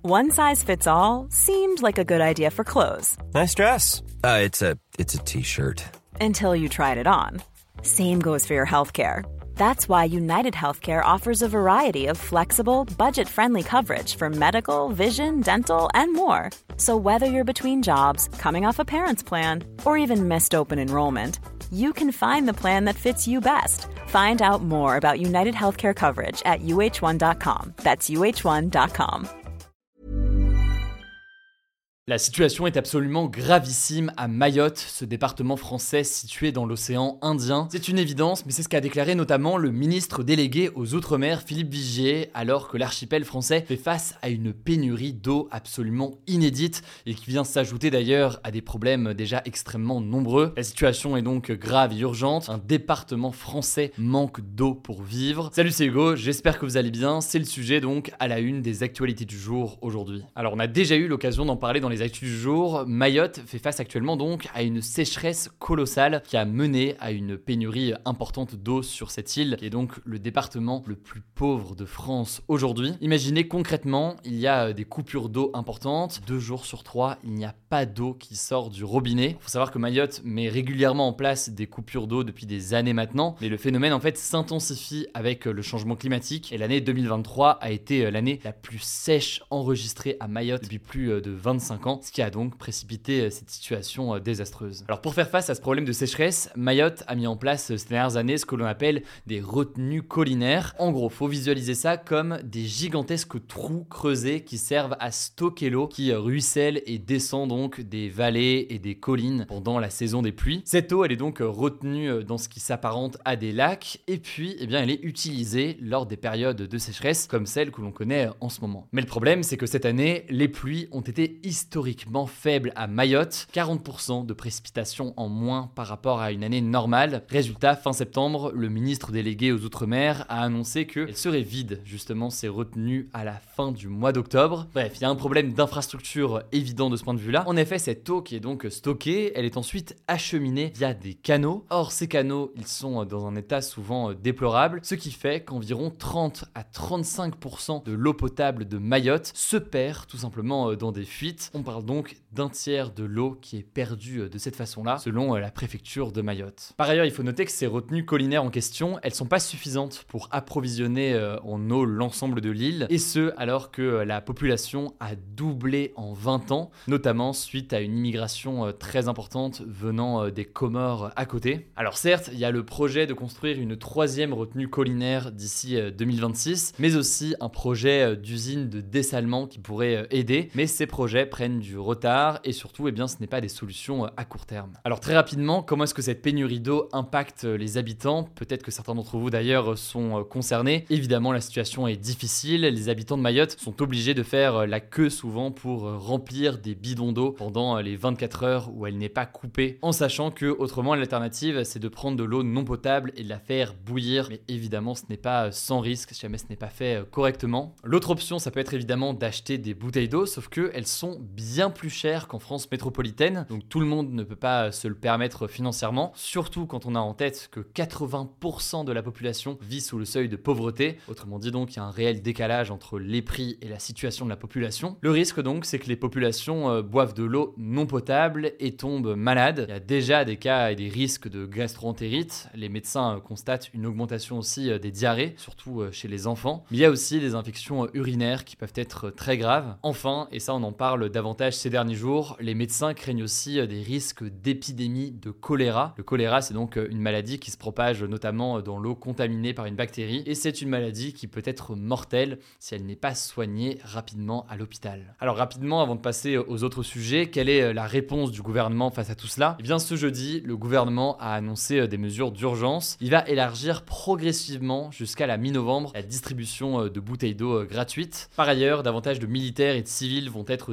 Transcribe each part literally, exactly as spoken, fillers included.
One size fits all seemed like a good idea for clothes. Nice dress. Uh, it's a it's a t-shirt. Until you tried it on. Same goes for your healthcare. That's why United Healthcare offers a variety of flexible, budget-friendly coverage for medical, vision, dental, and more. So whether you're between jobs, coming off a parent's plan, or even missed open enrollment, you can find the plan that fits you best. Find out more about United Healthcare coverage at U H one dot com. That's U H one dot com. La situation est absolument gravissime à Mayotte, ce département français situé dans l'océan Indien. C'est une évidence, mais c'est ce qu'a déclaré notamment le ministre délégué aux Outre-mer, Philippe Vigier, alors que l'archipel français fait face à une pénurie d'eau absolument inédite et qui vient s'ajouter d'ailleurs à des problèmes déjà extrêmement nombreux. La situation est donc grave et urgente. Un département français manque d'eau pour vivre. Salut, c'est Hugo, j'espère que vous allez bien. C'est le sujet donc à la une des actualités du jour aujourd'hui. Alors on a déjà eu l'occasion d'en parler dans les Les actus du jour. Mayotte fait face actuellement donc à une sécheresse colossale qui a mené à une pénurie importante d'eau sur cette île, qui est donc le département le plus pauvre de France aujourd'hui. Imaginez concrètement, il y a des coupures d'eau importantes. Deux jours sur trois, il n'y a pas d'eau qui sort du robinet. Il faut savoir que Mayotte met régulièrement en place des coupures d'eau depuis des années maintenant, mais le phénomène en fait s'intensifie avec le changement climatique et l'année deux mille vingt-trois a été l'année la plus sèche enregistrée à Mayotte depuis plus de vingt-cinq ans. Ce qui a donc précipité cette situation désastreuse. Alors pour faire face à ce problème de sécheresse, Mayotte a mis en place ces dernières années ce que l'on appelle des retenues collinaires. En gros, faut visualiser ça comme des gigantesques trous creusés qui servent à stocker l'eau qui ruisselle et descend donc des vallées et des collines pendant la saison des pluies. Cette eau, elle est donc retenue dans ce qui s'apparente à des lacs et puis eh bien, elle est utilisée lors des périodes de sécheresse comme celle que l'on connaît en ce moment. Mais le problème, c'est que cette année, les pluies ont été historiquement historiquement faible à Mayotte, quarante pour cent de précipitations en moins par rapport à une année normale. Résultat, fin septembre, le ministre délégué aux Outre-mer a annoncé qu'elles seraient vides, justement, ces retenues à la fin du mois d'octobre. Bref, il y a un problème d'infrastructure évident de ce point de vue-là. En effet, cette eau qui est donc stockée, elle est ensuite acheminée via des canaux. Or, ces canaux, ils sont dans un état souvent déplorable, ce qui fait qu'environ trente à trente-cinq pour cent de l'eau potable de Mayotte se perd tout simplement dans des fuites. On parle donc d'un tiers de l'eau qui est perdue de cette façon-là, selon la préfecture de Mayotte. Par ailleurs, il faut noter que ces retenues collinaires en question, elles sont pas suffisantes pour approvisionner en eau l'ensemble de l'île, et ce, alors que la population a doublé en vingt ans, notamment suite à une immigration très importante venant des Comores à côté. Alors certes, il y a le projet de construire une troisième retenue collinaire d'ici deux mille vingt-six, mais aussi un projet d'usine de dessalement qui pourrait aider, mais ces projets prennent du retard et surtout, eh bien, ce n'est pas des solutions à court terme. Alors très rapidement, comment est-ce que cette pénurie d'eau impacte les habitants ? Peut-être que certains d'entre vous d'ailleurs sont concernés. Évidemment, la situation est difficile. Les habitants de Mayotte sont obligés de faire la queue souvent pour remplir des bidons d'eau pendant les vingt-quatre heures où elle n'est pas coupée, en sachant que autrement l'alternative c'est de prendre de l'eau non potable et de la faire bouillir. Mais évidemment, ce n'est pas sans risque si jamais ce n'est pas fait correctement. L'autre option, ça peut être évidemment d'acheter des bouteilles d'eau, sauf que elles sont bien plus cher qu'en France métropolitaine, donc tout le monde ne peut pas se le permettre financièrement, surtout quand on a en tête que quatre-vingts pour cent de la population vit sous le seuil de pauvreté. Autrement dit donc, il y a un réel décalage entre les prix et la situation de la population. Le risque donc, c'est que les populations euh, boivent de l'eau non potable et tombent malades. Il y a déjà des cas et des risques de gastro-entérite. Les médecins euh, constatent une augmentation aussi euh, des diarrhées, surtout euh, chez les enfants. Mais il y a aussi des infections euh, urinaires qui peuvent être euh, très graves. Enfin, et ça on en parle davantage ces derniers jours, les médecins craignent aussi des risques d'épidémie de choléra. Le choléra, c'est donc une maladie qui se propage notamment dans l'eau contaminée par une bactérie et c'est une maladie qui peut être mortelle si elle n'est pas soignée rapidement à l'hôpital. Alors rapidement, avant de passer aux autres sujets, quelle est la réponse du gouvernement face à tout cela ? Eh bien ce jeudi, le gouvernement a annoncé des mesures d'urgence. Il va élargir progressivement jusqu'à la mi-novembre la distribution de bouteilles d'eau gratuites. Par ailleurs, davantage de militaires et de civils vont être déployés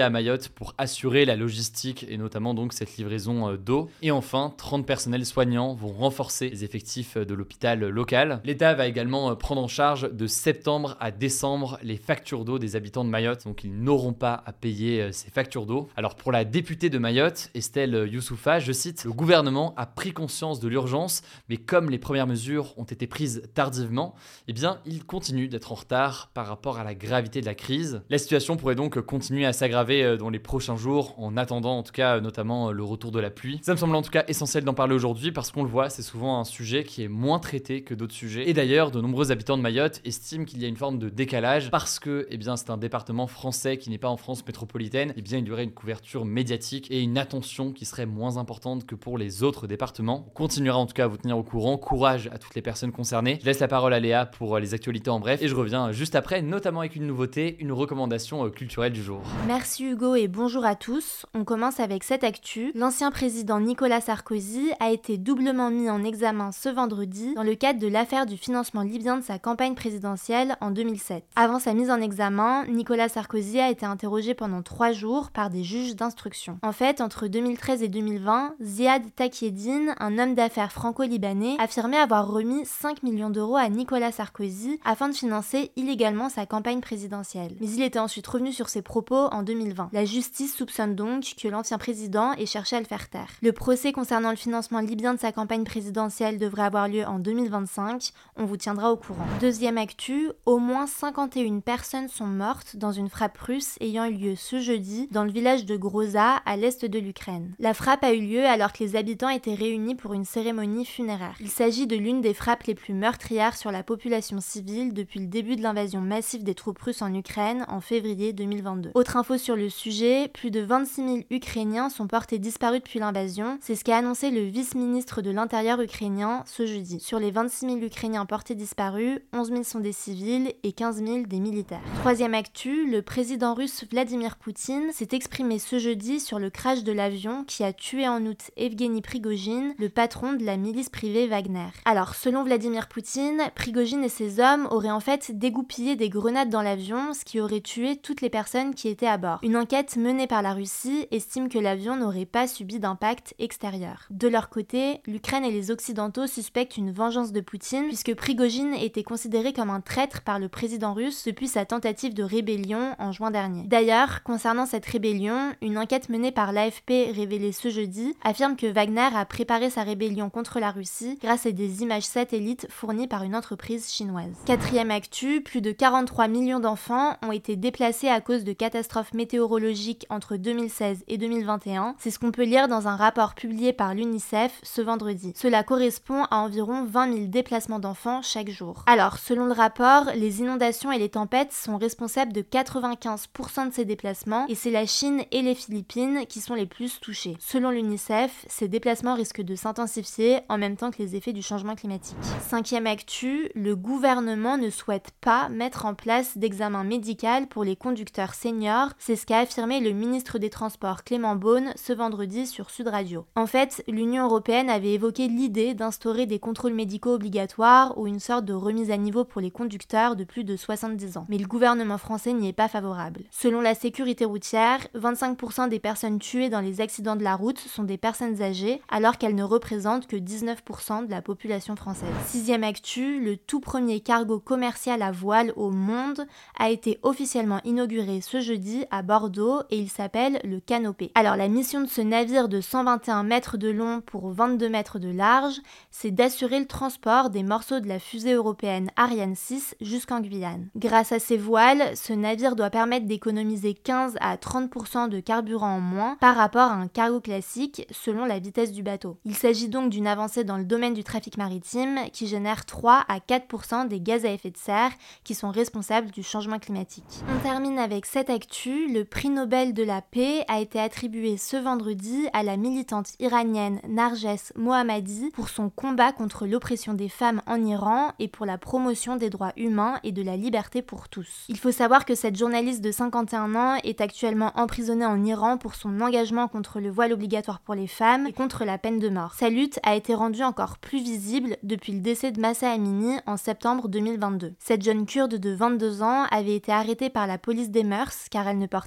à Mayotte pour assurer la logistique et notamment donc cette livraison d'eau. Et enfin, trente personnels soignants vont renforcer les effectifs de l'hôpital local. L'État va également prendre en charge de septembre à décembre les factures d'eau des habitants de Mayotte, donc ils n'auront pas à payer ces factures d'eau. Alors pour la députée de Mayotte, Estelle Youssoufa, je cite, le gouvernement a pris conscience de l'urgence, mais comme les premières mesures ont été prises tardivement, eh bien il continue d'être en retard par rapport à la gravité de la crise. La situation pourrait donc continuer à s'aggraver dans les prochains jours, en attendant en tout cas notamment le retour de la pluie. Ça me semble en tout cas essentiel d'en parler aujourd'hui parce qu'on le voit, c'est souvent un sujet qui est moins traité que d'autres sujets. Et d'ailleurs, de nombreux habitants de Mayotte estiment qu'il y a une forme de décalage parce que eh bien, c'est un département français qui n'est pas en France métropolitaine. Eh bien, il y aurait une couverture médiatique et une attention qui serait moins importante que pour les autres départements. On continuera en tout cas à vous tenir au courant. Courage à toutes les personnes concernées. Je laisse la parole à Léa pour les actualités en bref et je reviens juste après, notamment avec une nouveauté, une recommandation culturelle du jour. Merci Hugo et bonjour à tous. On commence avec cette actu. L'ancien président Nicolas Sarkozy a été doublement mis en examen ce vendredi dans le cadre de l'affaire du financement libyen de sa campagne présidentielle en deux mille sept. Avant sa mise en examen, Nicolas Sarkozy a été interrogé pendant trois jours par des juges d'instruction. En fait, entre deux mille treize et deux mille vingt, Ziad Takieddine, un homme d'affaires franco-libanais, affirmait avoir remis cinq millions d'euros à Nicolas Sarkozy afin de financer illégalement sa campagne présidentielle. Mais il était ensuite revenu sur ses propos en deux mille vingt. La justice soupçonne donc que l'ancien président ait cherché à le faire taire. Le procès concernant le financement libyen de sa campagne présidentielle devrait avoir lieu en deux mille vingt-cinq. On vous tiendra au courant. Deuxième actu, au moins cinquante et une personnes sont mortes dans une frappe russe ayant eu lieu ce jeudi dans le village de Groza, à l'est de l'Ukraine. La frappe a eu lieu alors que les habitants étaient réunis pour une cérémonie funéraire. Il s'agit de l'une des frappes les plus meurtrières sur la population civile depuis le début de l'invasion massive des troupes russes en Ukraine en février deux mille vingt-deux. Autre info sur le sujet, plus de vingt-six mille Ukrainiens sont portés disparus depuis l'invasion. C'est ce qu'a annoncé le vice-ministre de l'Intérieur ukrainien ce jeudi. Sur les vingt-six mille Ukrainiens portés disparus, onze mille sont des civils et quinze mille des militaires. Troisième actu, le président russe Vladimir Poutine s'est exprimé ce jeudi sur le crash de l'avion qui a tué en août Evgeny Prigojine, le patron de la milice privée Wagner. Alors, selon Vladimir Poutine, Prigojine et ses hommes auraient en fait dégoupillé des grenades dans l'avion, ce qui aurait tué toutes les personnes qui étaient à bord. Une enquête menée par la Russie estime que l'avion n'aurait pas subi d'impact extérieur. De leur côté, l'Ukraine et les Occidentaux suspectent une vengeance de Poutine puisque Prigojine était considéré comme un traître par le président russe depuis sa tentative de rébellion en juin dernier. D'ailleurs, concernant cette rébellion, une enquête menée par l'A F P révélée ce jeudi affirme que Wagner a préparé sa rébellion contre la Russie grâce à des images satellites fournies par une entreprise chinoise. Quatrième actu, plus de quarante-trois millions d'enfants ont été déplacés à cause de catastrophes météorologiques entre deux mille seize et deux mille vingt et un. C'est ce qu'on peut lire dans un rapport publié par l'UNICEF ce vendredi. Cela correspond à environ vingt mille déplacements d'enfants chaque jour. Alors, selon le rapport, les inondations et les tempêtes sont responsables de quatre-vingt-quinze pour cent de ces déplacements et c'est la Chine et les Philippines qui sont les plus touchés. Selon l'UNICEF, ces déplacements risquent de s'intensifier en même temps que les effets du changement climatique. Cinquième actu, le gouvernement ne souhaite pas mettre en place d'examen médical pour les conducteurs seniors, c'est ce qu'a affirmé le ministre des Transports Clément Beaune ce vendredi sur Sud Radio. En fait, l'Union européenne avait évoqué l'idée d'instaurer des contrôles médicaux obligatoires ou une sorte de remise à niveau pour les conducteurs de plus de soixante-dix ans. Mais le gouvernement français n'y est pas favorable. Selon la sécurité routière, vingt-cinq pour cent des personnes tuées dans les accidents de la route sont des personnes âgées, alors qu'elles ne représentent que dix-neuf pour cent de la population française. Sixième actu, le tout premier cargo commercial à voile au monde a été officiellement inauguré ce jeudi à Bordeaux et il s'appelle le Canopé. Alors la mission de ce navire de cent vingt et un mètres de long pour vingt-deux mètres de large, c'est d'assurer le transport des morceaux de la fusée européenne Ariane six jusqu'en Guyane. Grâce à ces voiles, ce navire doit permettre d'économiser quinze à trente pour cent de carburant en moins par rapport à un cargo classique selon la vitesse du bateau. Il s'agit donc d'une avancée dans le domaine du trafic maritime qui génère trois à quatre pour cent des gaz à effet de serre qui sont responsables du changement climatique. On termine avec cette actu, le prix Nobel de la paix a été attribué ce vendredi à la militante iranienne Narges Mohammadi pour son combat contre l'oppression des femmes en Iran et pour la promotion des droits humains et de la liberté pour tous. Il faut savoir que cette journaliste de cinquante et un ans est actuellement emprisonnée en Iran pour son engagement contre le voile obligatoire pour les femmes et contre la peine de mort. Sa lutte a été rendue encore plus visible depuis le décès de Mahsa Amini en septembre deux mille vingt-deux. Cette jeune kurde de vingt-deux ans avait été arrêtée par la police des mœurs car elle ne portait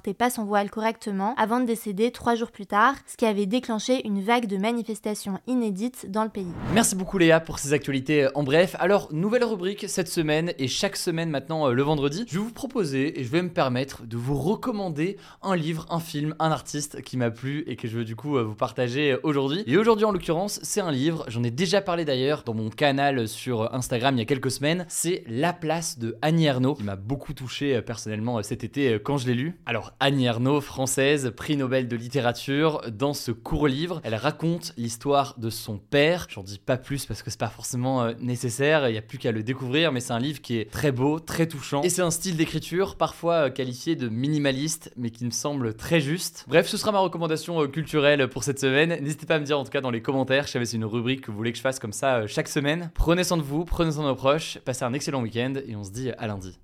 portait pas son voile correctement avant de décéder trois jours plus tard, ce qui avait déclenché une vague de manifestations inédites dans le pays. Merci beaucoup Léa pour ces actualités en bref. Alors, nouvelle rubrique cette semaine et chaque semaine maintenant le vendredi, je vais vous proposer et je vais me permettre de vous recommander un livre, un film, un artiste qui m'a plu et que je veux du coup vous partager aujourd'hui. Et aujourd'hui en l'occurrence, c'est un livre, j'en ai déjà parlé d'ailleurs dans mon canal sur Instagram il y a quelques semaines, c'est La Place de Annie Ernaux, qui m'a beaucoup touché personnellement cet été quand je l'ai lu. Alors Annie Ernaux, française, prix Nobel de littérature, dans ce court livre, elle raconte l'histoire de son père. J'en dis pas plus parce que c'est pas forcément nécessaire, il n'y a plus qu'à le découvrir, mais c'est un livre qui est très beau, très touchant, et c'est un style d'écriture parfois qualifié de minimaliste, mais qui me semble très juste. Bref, ce sera ma recommandation culturelle pour cette semaine. N'hésitez pas à me dire en tout cas dans les commentaires, je savais c'est une rubrique que vous voulez que je fasse comme ça chaque semaine. Prenez soin de vous, prenez soin de vos proches, passez un excellent week-end et on se dit à lundi.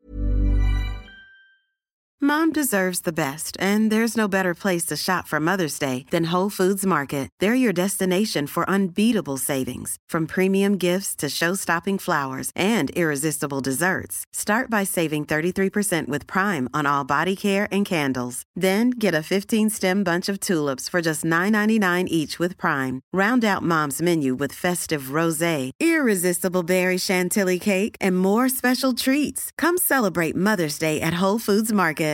Mom deserves the best, and there's no better place to shop for Mother's Day than Whole Foods Market. They're your destination for unbeatable savings, from premium gifts to show-stopping flowers and irresistible desserts. Start by saving thirty-three percent with Prime on all body care and candles. Then get a fifteen-stem bunch of tulips for just nine ninety-nine each with Prime. Round out Mom's menu with festive rosé, irresistible berry chantilly cake, and more special treats. Come celebrate Mother's Day at Whole Foods Market.